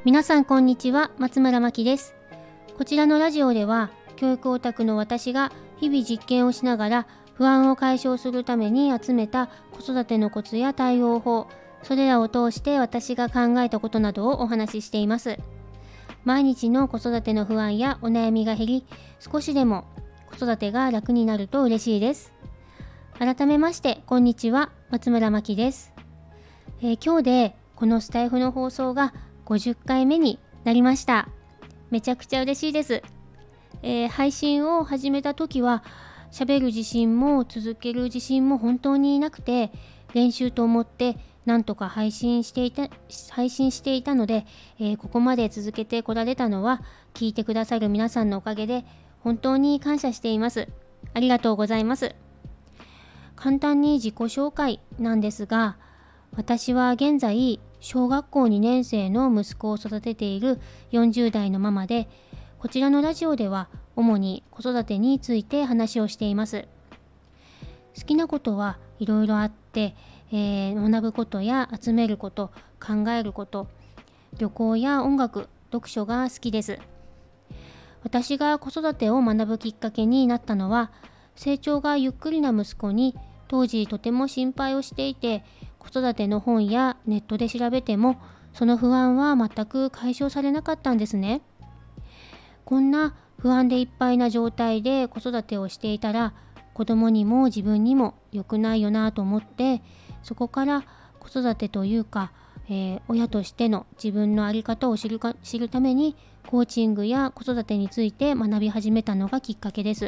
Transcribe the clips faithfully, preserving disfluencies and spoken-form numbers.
皆さんこんにちは、松村真希です。こちらのラジオでは教育オタクの私が日々実験をしながら不安を解消するために集めた子育てのコツや対応法、それらを通して私が考えたことなどをお話ししています。毎日の子育ての不安やお悩みが減り、少しでも子育てが楽になると嬉しいです。改めましてこんにちは、松村真希です。えー、今日でこのスタイフの放送がごじゅっかいめになりました。めちゃくちゃ嬉しいです。えー、配信を始めた時は喋る自信も続ける自信も本当になくて、練習と思ってなんとか配信していた配信していたので、えー、ここまで続けてこられたのは聞いてくださる皆さんのおかげで本当に感謝しています。ありがとうございます。簡単に自己紹介なんですが、私は現在小学校にねん生の息子を育てているよんじゅう代のママで、こちらのラジオでは主に子育てについて話をしています。好きなことはいろいろあって、えー、学ぶことや集めること、考えること、旅行や音楽、読書が好きです。私が子育てを学ぶきっかけになったのは、成長がゆっくりな息子に当時とても心配をしていて、子育ての本やネットで調べてもその不安は全く解消されなかったんですね。こんな不安でいっぱいな状態で子育てをしていたら、子供にも自分にも良くないよなと思って、そこから子育てというか、えー、親としての自分の在り方を知るか知るためにコーチングや子育てについて学び始めたのがきっかけです。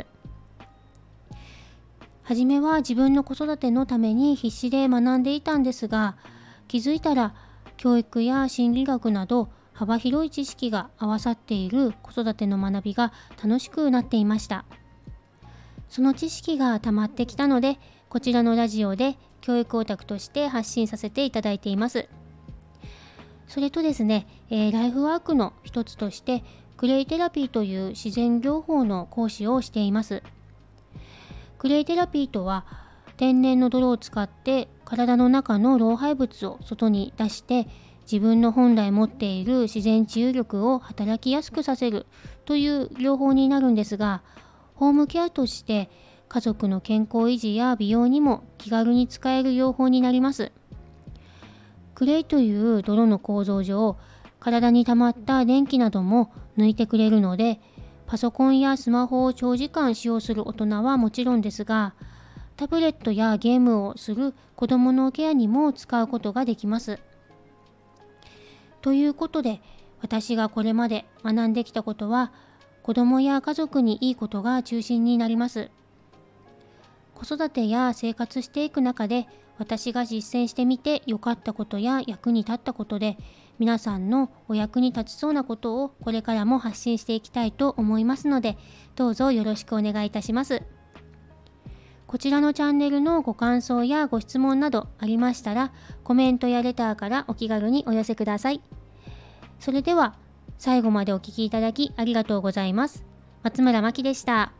はじめは自分の子育てのために必死で学んでいたんですが、気づいたら教育や心理学など幅広い知識が合わさっている子育ての学びが楽しくなっていました。その知識が溜まってきたので、こちらのラジオで教育オタクとして発信させていただいています。それとですね、えー、ライフワークの一つとしてクレイテラピーという自然療法の講師をしています。クレイテラピーとは、天然の泥を使って体の中の老廃物を外に出して自分の本来持っている自然治癒力を働きやすくさせるという療法になるんですが、ホームケアとして家族の健康維持や美容にも気軽に使える療法になります。クレイという泥の構造上、体に溜まった電気なども抜いてくれるので、パソコンやスマホを長時間使用する大人はもちろんですが、タブレットやゲームをする子どものケアにも使うことができます。ということで、私がこれまで学んできたことは、子どもや家族にいいことが中心になります。子育てや生活していく中で、私が実践してみて良かったことや役に立ったことで、皆さんのお役に立ちそうなことをこれからも発信していきたいと思いますので、どうぞよろしくお願いいたします。こちらのチャンネルのご感想やご質問などありましたら、コメントやレターからお気軽にお寄せください。それでは最後までお聞きいただきありがとうございます。松村真希でした。